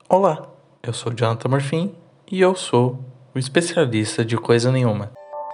Olá, eu sou o Jonathan Morfim e eu sou o especialista de coisa nenhuma.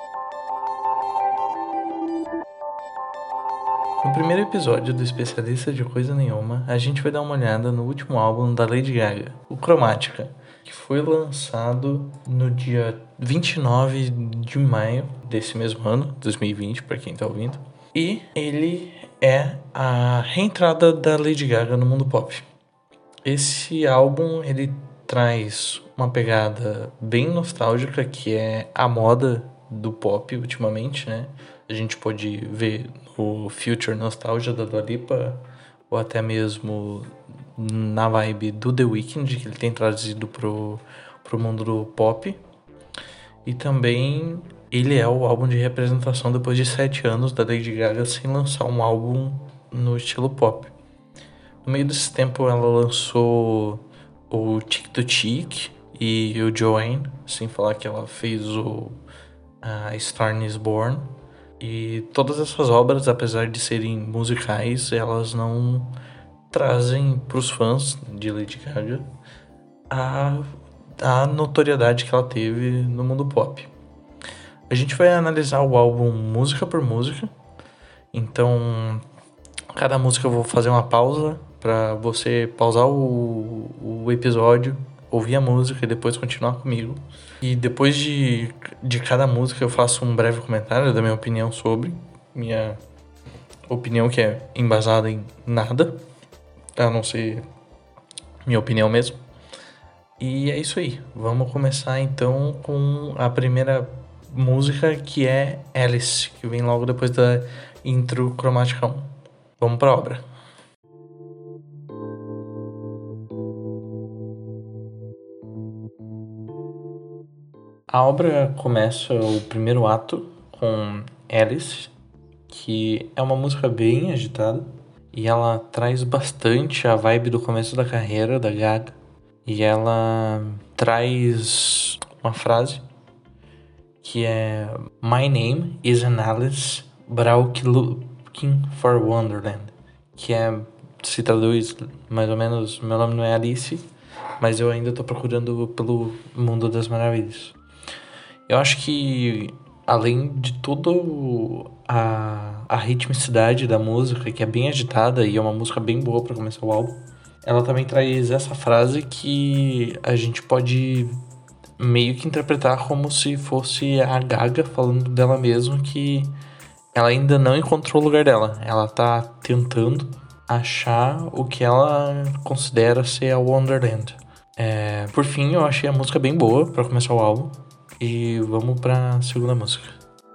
No primeiro episódio do Especialista de Coisa Nenhuma, a gente vai dar uma olhada no último álbum da Lady Gaga, o Chromatica, que foi lançado no dia 29 de maio desse mesmo ano, 2020, para quem tá ouvindo. E ele é a reentrada da Lady Gaga no mundo pop. Esse álbum, ele traz uma pegada bem nostálgica, que é a moda do pop ultimamente, né? A gente pode ver o Future Nostalgia da Dua Lipa, ou até mesmo na vibe do The Weeknd, que ele tem trazido pro mundo do pop. E também ele é o álbum de representação depois de 7 anos da Lady Gaga sem lançar um álbum no estilo pop. No meio desse tempo ela lançou o Tic to Tic e o Joanne, sem falar que ela fez a Star Is Born. E todas essas obras, apesar de serem musicais, elas não trazem para os fãs de Lady Gaga a notoriedade que ela teve no mundo pop. A gente vai analisar o álbum música por música, então cada música eu vou fazer uma pausa para você pausar o episódio, ouvir a música e depois continuar comigo. E depois de cada música eu faço um breve comentário da minha opinião sobre. Minha opinião que é embasada em nada, a não ser minha opinião mesmo. E é isso aí. Vamos começar então com a primeira música, que é Alice, que vem logo depois da intro Chromatica 1. Vamos pra obra. A obra começa o primeiro ato com Alice, que é uma música bem agitada e ela traz bastante a vibe do começo da carreira da Gaga. E ela traz uma frase que é My name is Alice, but I'll keep looking for Wonderland, que se traduz mais ou menos, meu nome não é Alice, mas eu ainda tô procurando pelo mundo das maravilhas. Eu acho que, além de tudo a ritmicidade da música, que é bem agitada e é uma música bem boa para começar o álbum, ela também traz essa frase que a gente pode meio que interpretar como se fosse a Gaga falando dela mesma, que ela ainda não encontrou o lugar dela. Ela tá tentando achar o que ela considera ser a Wonderland. Por fim, eu achei a música bem boa para começar o álbum. E vamos pra segunda música.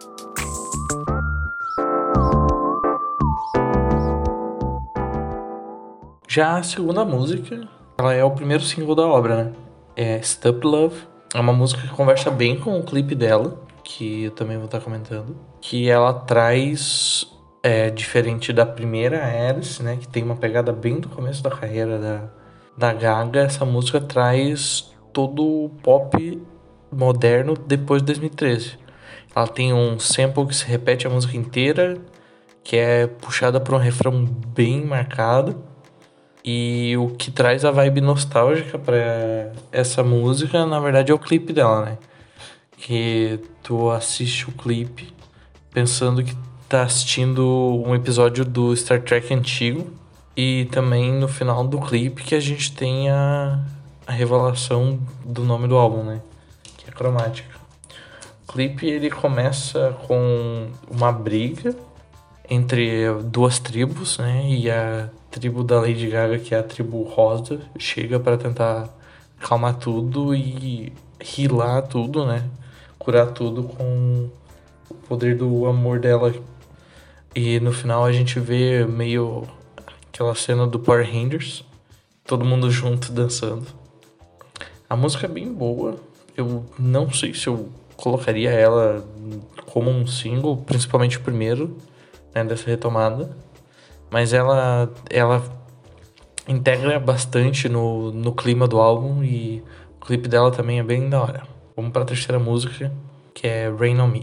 Já a segunda música, ela é o primeiro single da obra, né? É Stop Love. É uma música que conversa bem com o clipe dela, que eu também vou estar comentando. Que ela traz, diferente da primeira Alice, né? Que tem uma pegada bem do começo da carreira da Gaga. Essa música traz todo o pop moderno depois de 2013. Ela tem um sample que se repete a música inteira, que é puxada por um refrão bem marcado. E o que traz a vibe nostálgica pra essa música, na verdade, é o clipe dela, né? Que tu assiste o clipe pensando que tá assistindo um episódio do Star Trek antigo. E também no final do clipe que a gente tem a revelação do nome do álbum, né? Que é Chromatica. O clipe, ele começa com uma briga entre duas tribos, né? E a tribo da Lady Gaga, que é a tribo rosa, chega para tentar calmar tudo e healar tudo, né? Curar tudo com o poder do amor dela. E no final a gente vê meio aquela cena do Power Rangers, todo mundo junto dançando. A música é bem boa. Eu não sei se eu colocaria ela como um single, principalmente o primeiro, né, dessa retomada. Mas ela integra bastante no clima do álbum e o clipe dela também é bem da hora. Vamos para a terceira música, que é Rain on Me.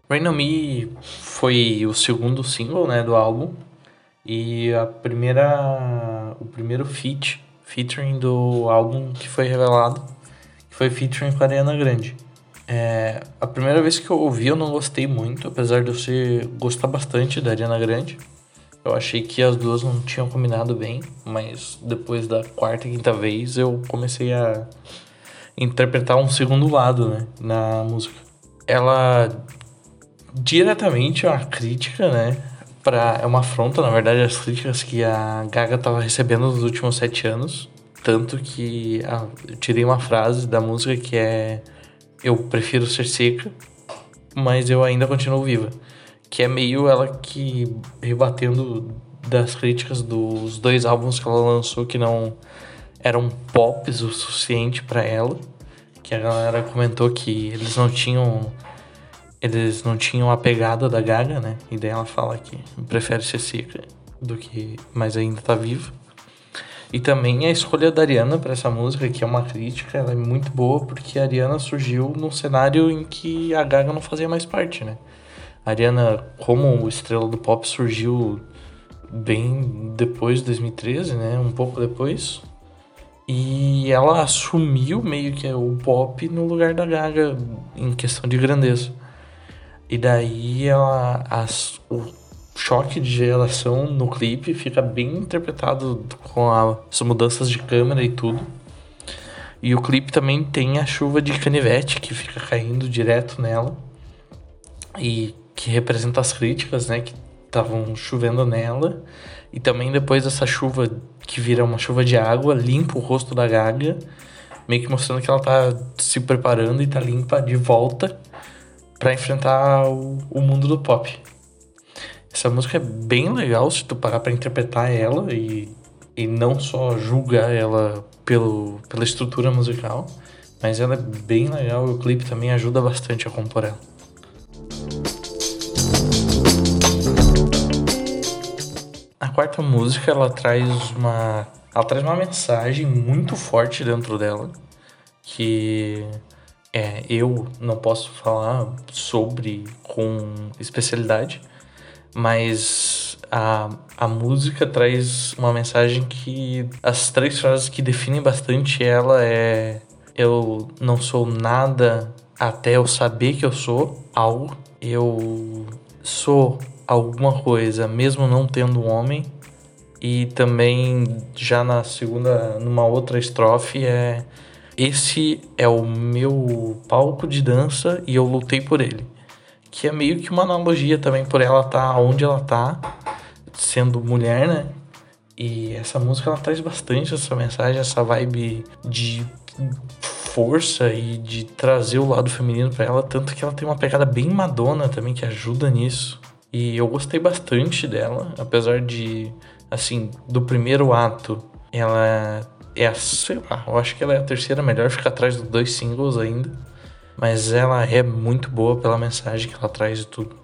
Rain On Me foi o segundo single, né, do álbum. E o primeiro featuring do álbum que foi revelado, que foi featuring com a Ariana Grande. A primeira vez que eu ouvi eu não gostei muito, apesar de gostar bastante da Ariana Grande. Eu achei que as duas não tinham combinado bem, mas depois da quarta e quinta vez eu comecei a interpretar um segundo lado, né, na música. Ela diretamente é uma crítica, né, é uma afronta, na verdade, as críticas que a Gaga tava recebendo nos últimos 7 anos. Tanto que eu tirei uma frase da música que é: eu prefiro ser seca, mas eu ainda continuo viva. Que é meio ela que rebatendo das críticas dos 2 álbuns que ela lançou que não eram pops o suficiente pra ela. Que a galera comentou que eles não tinham a pegada da Gaga, né? E daí ela fala que prefere ser seca mas ainda tá viva. E também a escolha da Ariana para essa música, que é uma crítica, ela é muito boa porque a Ariana surgiu num cenário em que a Gaga não fazia mais parte, né? A Ariana, como estrela do pop, surgiu bem depois de 2013, né? Um pouco depois. E ela assumiu meio que o pop no lugar da Gaga em questão de grandeza. E daí o choque de geração no clipe fica bem interpretado com as mudanças de câmera e tudo. E o clipe também tem a chuva de canivete que fica caindo direto nela. E que representa as críticas, né, que estavam chovendo nela. E também depois dessa chuva que vira uma chuva de água, limpa o rosto da Gaga, meio que mostrando que ela tá se preparando e tá limpa de volta pra enfrentar o mundo do pop. Essa música é bem legal se tu parar pra interpretar ela e não só julgar ela pela estrutura musical, mas ela é bem legal e o clipe também ajuda bastante a compor ela. A quarta música, ela traz uma mensagem muito forte dentro dela, que eu não posso falar sobre com especialidade, mas a música traz uma mensagem que as 3 frases que definem bastante ela é: eu não sou nada até eu saber que eu sou algo, eu sou alguma coisa mesmo não tendo um homem. E também já numa outra estrofe esse é o meu palco de dança e eu lutei por ele. Que é meio que uma analogia também por ela estar onde ela tá, sendo mulher, né? E essa música ela traz bastante essa mensagem, essa vibe de força e de trazer o lado feminino pra ela, tanto que ela tem uma pegada bem Madonna também que ajuda nisso. E eu gostei bastante dela, apesar de, assim, do primeiro ato, ela sei lá, eu acho que ela é a terceira melhor, fica atrás dos 2 singles ainda. Mas ela é muito boa pela mensagem que ela traz e tudo.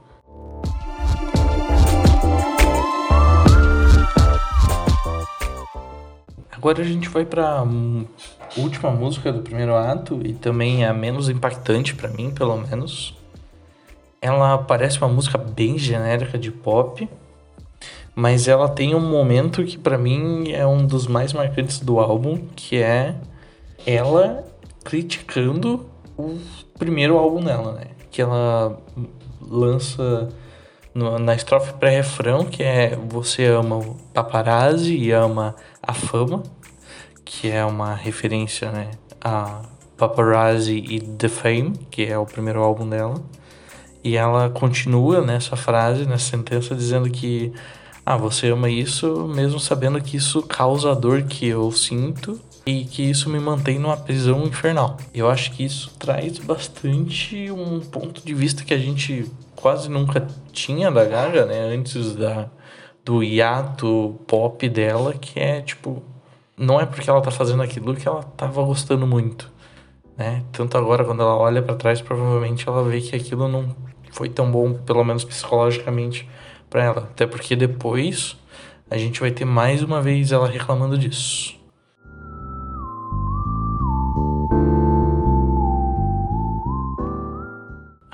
Agora a gente vai pra última música do primeiro ato e também a menos impactante pra mim, pelo menos. Ela parece uma música bem genérica de pop, mas ela tem um momento que pra mim é um dos mais marcantes do álbum, que é ela criticando o primeiro álbum dela, né? Que ela lança na estrofe pré-refrão, que é: você ama o paparazzi e ama a fama, que é uma referência, né, a Paparazzi e The Fame, que é o primeiro álbum dela. E ela continua nessa frase, nessa sentença, dizendo que você ama isso mesmo sabendo que isso causa a dor que eu sinto e que isso me mantém numa prisão infernal. Eu acho que isso traz bastante um ponto de vista que a gente quase nunca tinha da Gaga, né? Antes do hiato pop dela, que é tipo, não é porque ela tá fazendo aquilo que ela tava gostando muito, né? Tanto agora, quando ela olha pra trás, provavelmente ela vê que aquilo não foi tão bom, pelo menos psicologicamente, pra ela. Até porque depois a gente vai ter mais uma vez ela reclamando disso.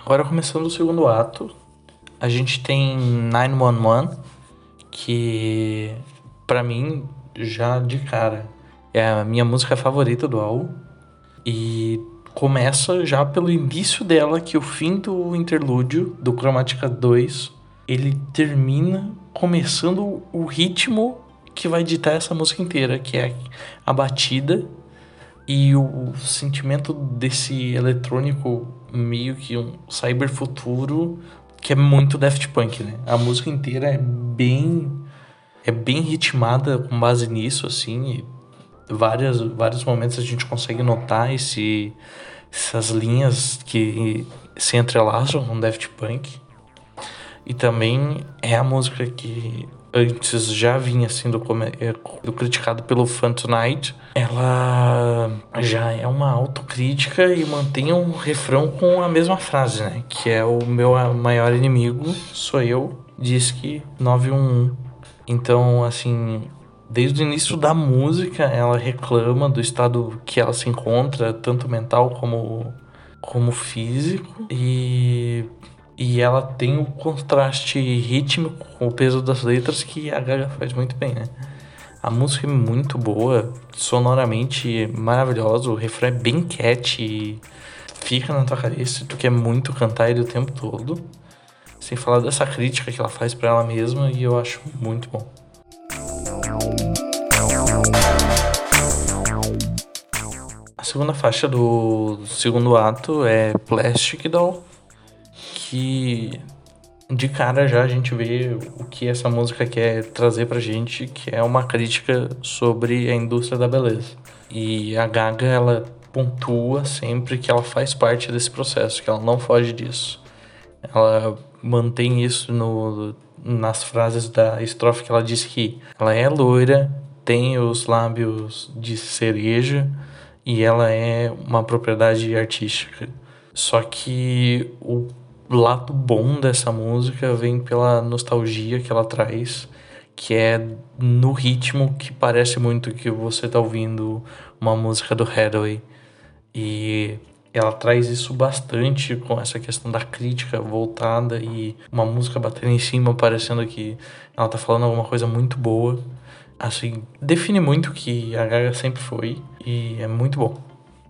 Agora começando o segundo ato, a gente tem 911, que pra mim, já de cara, é a minha música favorita do álbum. E começa já pelo início dela, que o fim do interlúdio do Chromatica 2, ele termina começando o ritmo que vai ditar essa música inteira, que é a batida e o sentimento desse eletrônico meio que um cyberfuturo, que é muito Daft Punk, né? A música inteira é bem ritmada com base nisso, assim, e vários momentos a gente consegue notar essas linhas que se entrelaçam com Daft Punk. E também é a música que antes já vinha sendo criticado pelo Fun Tonight. Ela já é uma autocrítica e mantém um refrão com a mesma frase, né? Que é o meu maior inimigo sou eu, diz que 911. Então, assim, desde o início da música, ela reclama do estado que ela se encontra, tanto mental como físico. E ela tem o contraste rítmico com o peso das letras que a Gaga faz muito bem, né? A música é muito boa, sonoramente maravilhosa, o refrão é bem catchy, fica na tua cabeça, tu quer muito cantar ele o tempo todo. Sem falar dessa crítica que ela faz pra ela mesma, e eu acho muito bom. A segunda faixa do segundo ato é Plastic Doll, que de cara já a gente vê o que essa música quer trazer pra gente, que é uma crítica sobre a indústria da beleza. E a Gaga, ela pontua sempre que ela faz parte desse processo, que ela não foge disso. Ela mantém isso nas frases da estrofe, que ela diz que ela é loira, tem os lábios de cereja e ela é uma propriedade artística. Só que o lado bom dessa música vem pela nostalgia que ela traz, que é no ritmo que parece muito que você tá ouvindo uma música do Hathaway. E ela traz isso bastante com essa questão da crítica voltada e uma música batendo em cima, parecendo que ela tá falando alguma coisa muito boa. Assim, define muito o que a Gaga sempre foi e é muito bom.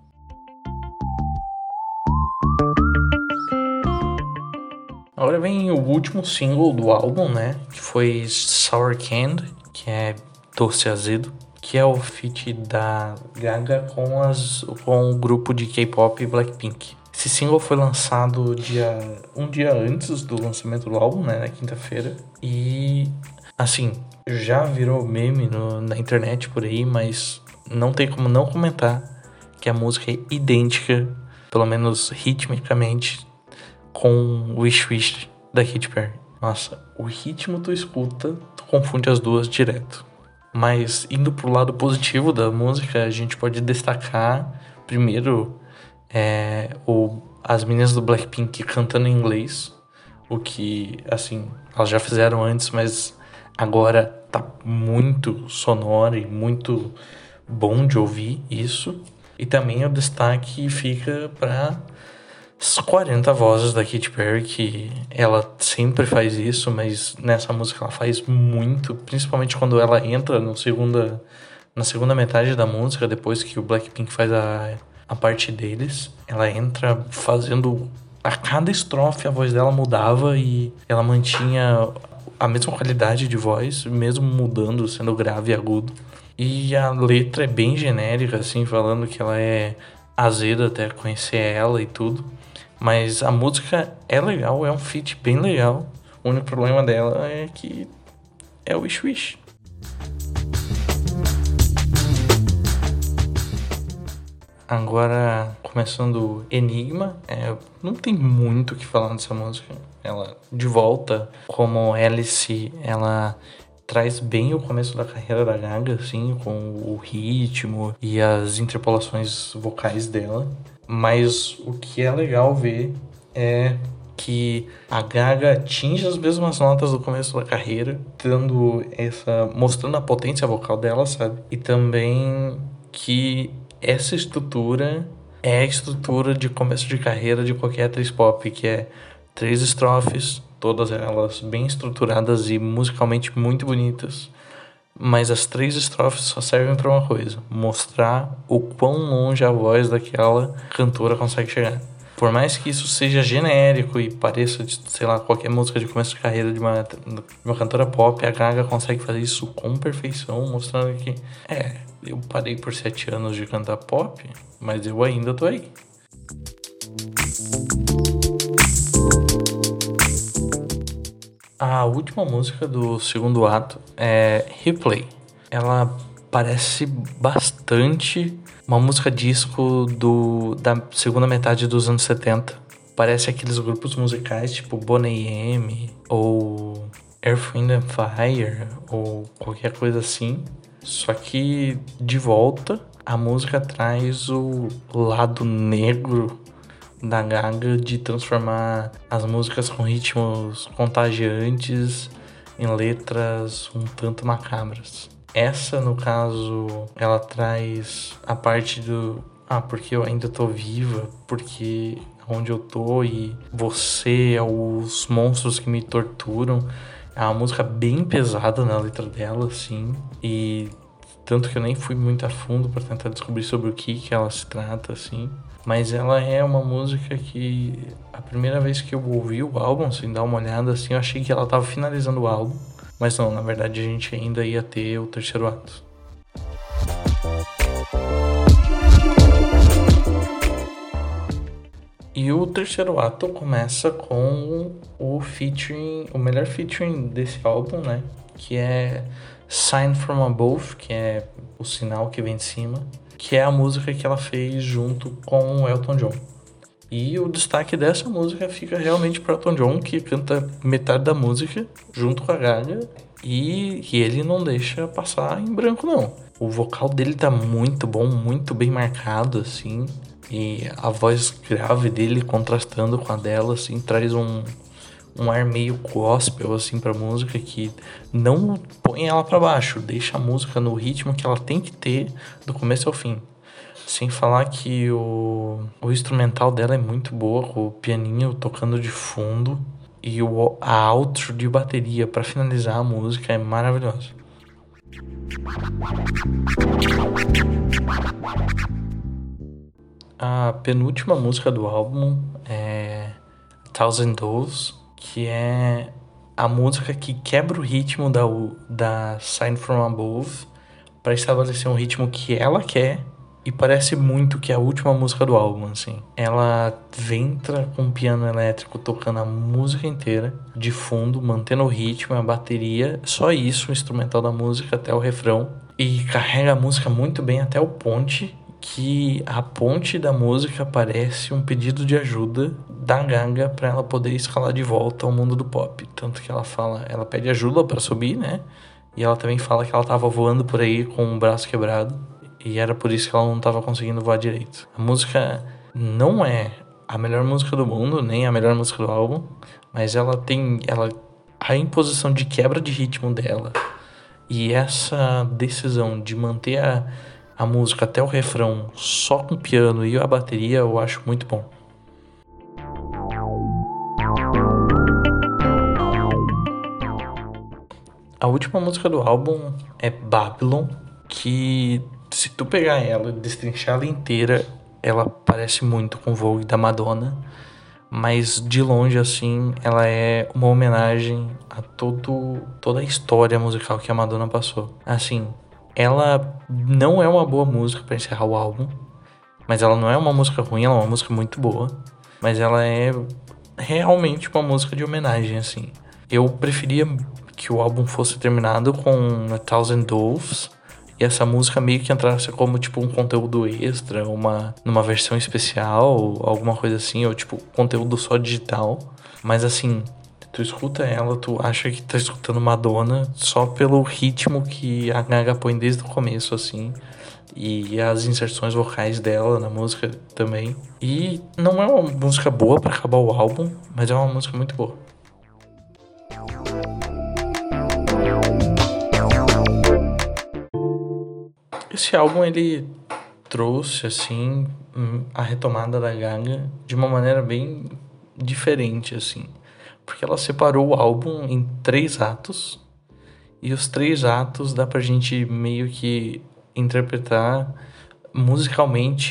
Agora vem o último single do álbum, né? Que foi Sour Candy, que é doce azedo, que é o feat da Gaga com o grupo de K-pop Blackpink. Esse single foi lançado um dia antes do lançamento do álbum, né? Na quinta-feira. E, assim, já virou meme na internet por aí, mas não tem como não comentar que a música é idêntica, pelo menos ritmicamente, com Wish Wish da Katy Perry. Nossa, o ritmo tu escuta, tu confunde as duas direto. Mas indo pro lado positivo da música, a gente pode destacar primeiro as meninas do Blackpink cantando em inglês, o que, assim, elas já fizeram antes, mas agora tá muito sonoro e muito bom de ouvir isso. E também o destaque fica para as 40 vozes da Katy Perry, que ela sempre faz isso, mas nessa música ela faz muito, principalmente quando ela entra na segunda metade da música, depois que o Blackpink faz a parte deles. Ela entra fazendo... A cada estrofe a voz dela mudava e ela mantinha a mesma qualidade de voz, mesmo mudando, sendo grave e agudo. E a letra é bem genérica, assim, falando que ela é azeda até conhecer ela e tudo. Mas a música é legal, é um feat bem legal. O único problema dela é que é o Wish Wish. Agora, começando Enigma, não tem muito o que falar dessa música. Ela, de volta, como Alice, ela traz bem o começo da carreira da Gaga, assim, com o ritmo e as interpolações vocais dela. Mas o que é legal ver é que a Gaga atinge as mesmas notas do começo da carreira, mostrando a potência vocal dela, sabe? E também que essa estrutura é a estrutura de começo de carreira de qualquer atriz pop, que é 3 estrofes, todas elas bem estruturadas e musicalmente muito bonitas. Mas as 3 estrofes só servem para uma coisa: mostrar o quão longe a voz daquela cantora consegue chegar. Por mais que isso seja genérico e pareça, sei lá, qualquer música de começo de carreira de uma cantora pop, a Gaga consegue fazer isso com perfeição, mostrando que, eu parei por 7 anos de cantar pop, mas eu ainda tô aí. A última música do segundo ato é Replay. Ela parece bastante uma música disco da segunda metade dos anos 70. Parece aqueles grupos musicais tipo Boney M ou Earth, Wind and Fire ou qualquer coisa assim. Só que de volta a música traz o lado negro da Gaga de transformar as músicas com ritmos contagiantes em letras um tanto macabras. Essa, no caso, ela traz a parte do porque eu ainda tô viva, porque onde eu tô e você é os monstros que me torturam. É uma música bem pesada na letra dela, assim, e tanto que eu nem fui muito a fundo para tentar descobrir sobre o que ela se trata, assim. Mas ela é uma música que a primeira vez que eu ouvi o álbum, assim, dar uma olhada, assim, eu achei que ela tava finalizando o álbum. Mas não, na verdade a gente ainda ia ter o terceiro ato. E o terceiro ato começa com o featuring, o melhor featuring desse álbum, né? Que é Sign From Above, que é o sinal que vem de cima, que é a música que ela fez junto com o Elton John. E o destaque dessa música fica realmente para Elton John, que canta metade da música junto com a Gaga, e ele não deixa passar em branco, não. O vocal dele tá muito bom, muito bem marcado, assim, e a voz grave dele contrastando com a dela, assim, traz um ar meio gospel, assim, pra música, que não põe ela pra baixo, deixa a música no ritmo que ela tem que ter do começo ao fim. Sem falar que o instrumental dela é muito boa, com o pianinho tocando de fundo, e a outro de bateria pra finalizar a música é maravilhosa. A penúltima música do álbum é Thousand Doves, que é a música que quebra o ritmo da Sign From Above para estabelecer um ritmo que ela quer, e parece muito que é a última música do álbum, assim. Ela entra com o piano elétrico tocando a música inteira, de fundo, mantendo o ritmo, a bateria, só isso, o instrumental da música até o refrão. E carrega a música muito bem até o ponte, que a ponte da música parece um pedido de ajuda da Gaga para ela poder escalar de volta ao mundo do pop. Tanto que ela pede ajuda para subir, né? E ela também fala que ela tava voando por aí com o braço quebrado e era por isso que ela não tava conseguindo voar direito. A música não é a melhor música do mundo, nem a melhor música do álbum, mas a imposição de quebra de ritmo dela e essa decisão de manter a música até o refrão só com o piano e a bateria eu acho muito bom. A última música do álbum é Babylon, que se tu pegar ela e destrinchar ela inteira, ela parece muito com Vogue da Madonna, mas de longe assim, ela é uma homenagem a toda a história musical que a Madonna passou. Assim, ela não é uma boa música para encerrar o álbum, mas ela não é uma música ruim, ela é uma música muito boa, mas ela é realmente uma música de homenagem, assim. Eu preferia que o álbum fosse terminado com A Thousand Doves e essa música meio que entrasse como tipo um conteúdo extra, numa versão especial, alguma coisa assim, ou tipo conteúdo só digital. Mas assim, tu escuta ela, tu acha que tá escutando Madonna só pelo ritmo que a Gaga põe desde o começo, assim. E as inserções vocais dela na música também. E não é uma música boa pra acabar o álbum, mas é uma música muito boa. Esse álbum, ele trouxe, assim, a retomada da Gaga de uma maneira bem diferente, assim. Porque ela separou o álbum em 3 atos, e os 3 atos dá pra gente meio que interpretar musicalmente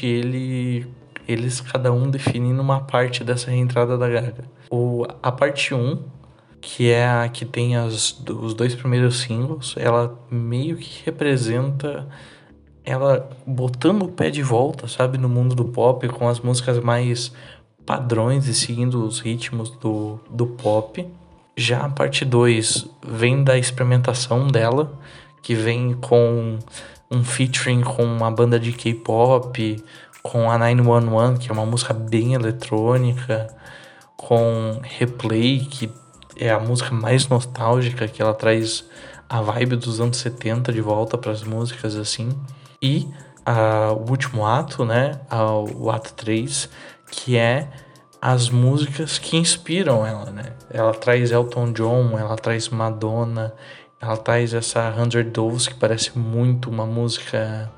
eles cada um definindo uma parte dessa reentrada da Gaga. A parte 1, que é a que tem os 2 primeiros singles, ela meio que representa ela botando o pé de volta, sabe, no mundo do pop, com as músicas mais padrões e seguindo os ritmos do pop. Já a parte 2 vem da experimentação dela, que vem com um featuring com uma banda de K-pop, com a 911, que é uma música bem eletrônica, com Replay, que é a música mais nostálgica, que ela traz a vibe dos anos 70 de volta para as músicas, assim. E o último ato, né, o ato 3, que é as músicas que inspiram ela, né? Ela traz Elton John, ela traz Madonna, ela traz essa 100 Doves, que parece muito uma música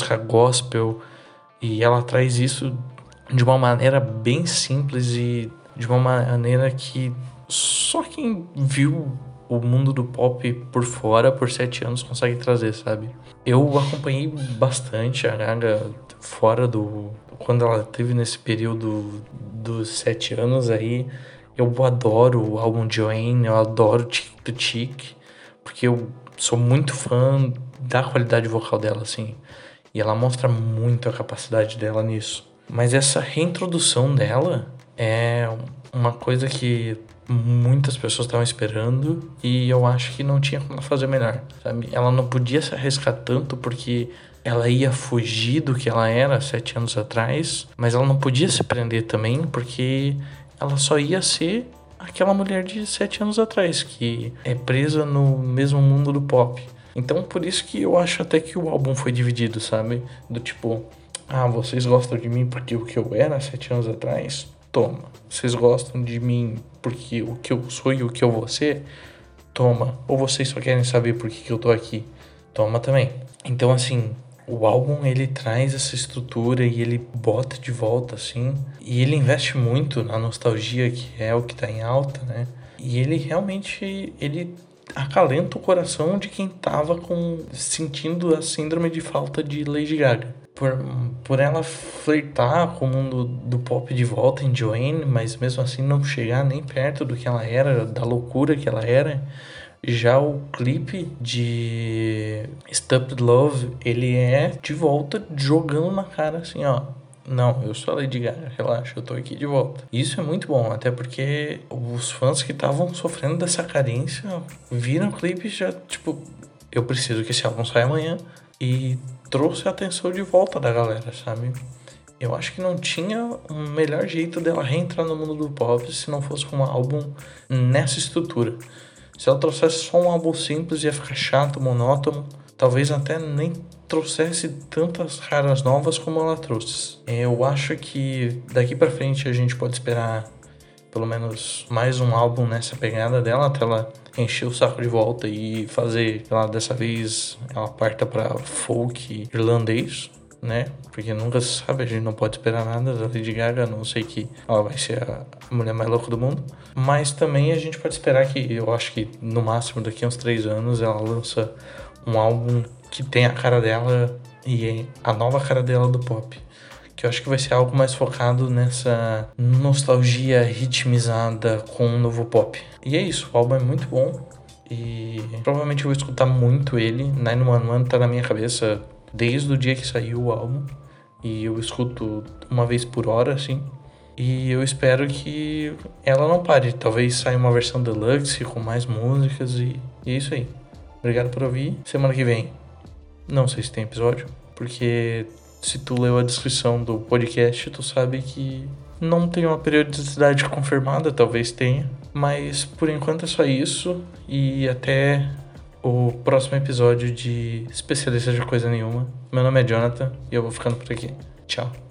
gospel, e ela traz isso de uma maneira bem simples e de uma maneira que só quem viu o mundo do pop por fora por 7 anos consegue trazer, sabe? Eu acompanhei bastante a Gaga fora quando ela teve nesse período dos 7 anos aí. Eu adoro o álbum Joanne, eu adoro Tic to Tic, porque eu sou muito fã da qualidade vocal dela, assim. E ela mostra muito a capacidade dela nisso. Mas essa reintrodução dela é uma coisa que muitas pessoas estavam esperando e eu acho que não tinha como fazer melhor, sabe? Ela não podia se arriscar tanto porque ela ia fugir do que ela era 7 anos atrás, mas ela não podia se prender também porque ela só ia ser aquela mulher de 7 anos atrás, que é presa no mesmo mundo do pop. Então, por isso que eu acho até que o álbum foi dividido, sabe? Do tipo, vocês gostam de mim porque o que eu era 7 anos atrás? Toma. Vocês gostam de mim porque o que eu sou e o que eu vou ser? Toma. Ou vocês só querem saber por que eu tô aqui? Toma também. Então, assim, o álbum, ele traz essa estrutura e ele bota de volta, assim. E ele investe muito na nostalgia, que é o que tá em alta, né? E ele realmente, ele acalenta o coração de quem tava sentindo a síndrome de falta de Lady Gaga. Por ela flertar com o mundo do pop de volta em Joanne, mas mesmo assim não chegar nem perto do que ela era, da loucura que ela era. Já o clipe de Stupid Love, ele é de volta jogando na cara assim, ó. Não, eu sou a Lady Gaga, relaxa, eu tô aqui de volta. Isso é muito bom, até porque os fãs que estavam sofrendo dessa carência viram o clipe e já, tipo, eu preciso que esse álbum saia amanhã. E trouxe a atenção de volta da galera, sabe? Eu acho que não tinha um melhor jeito dela reentrar no mundo do pop se não fosse com um álbum nessa estrutura. Se ela trouxesse só um álbum simples, ia ficar chato, monótono. Talvez até nem trouxesse tantas caras novas como ela trouxe. Eu acho que daqui pra frente a gente pode esperar pelo menos mais um álbum nessa pegada dela, até ela encher o saco de volta e fazer, ela dessa vez ela parta pra folk irlandês, né? Porque nunca se sabe, a gente não pode esperar nada da Lady Gaga, a não sei que ela vai ser a mulher mais louca do mundo. Mas também a gente pode esperar que, eu acho que no máximo daqui a uns 3 anos ela lança um álbum que tem a cara dela e a nova cara dela do pop. Que eu acho que vai ser algo mais focado nessa nostalgia ritmizada com um novo pop. E é isso, o álbum é muito bom e provavelmente eu vou escutar muito ele. 911 tá na minha cabeça desde o dia que saiu o álbum e eu escuto uma vez por hora, assim. E eu espero que ela não pare, talvez saia uma versão deluxe com mais músicas e é isso aí. Obrigado por ouvir, semana que vem não sei se tem episódio, porque se tu leu a descrição do podcast, tu sabe que não tem uma periodicidade confirmada, talvez tenha. Mas por enquanto é só isso. E até o próximo episódio de Especialista de Coisa Nenhuma. Meu nome é Jonathan e eu vou ficando por aqui. Tchau.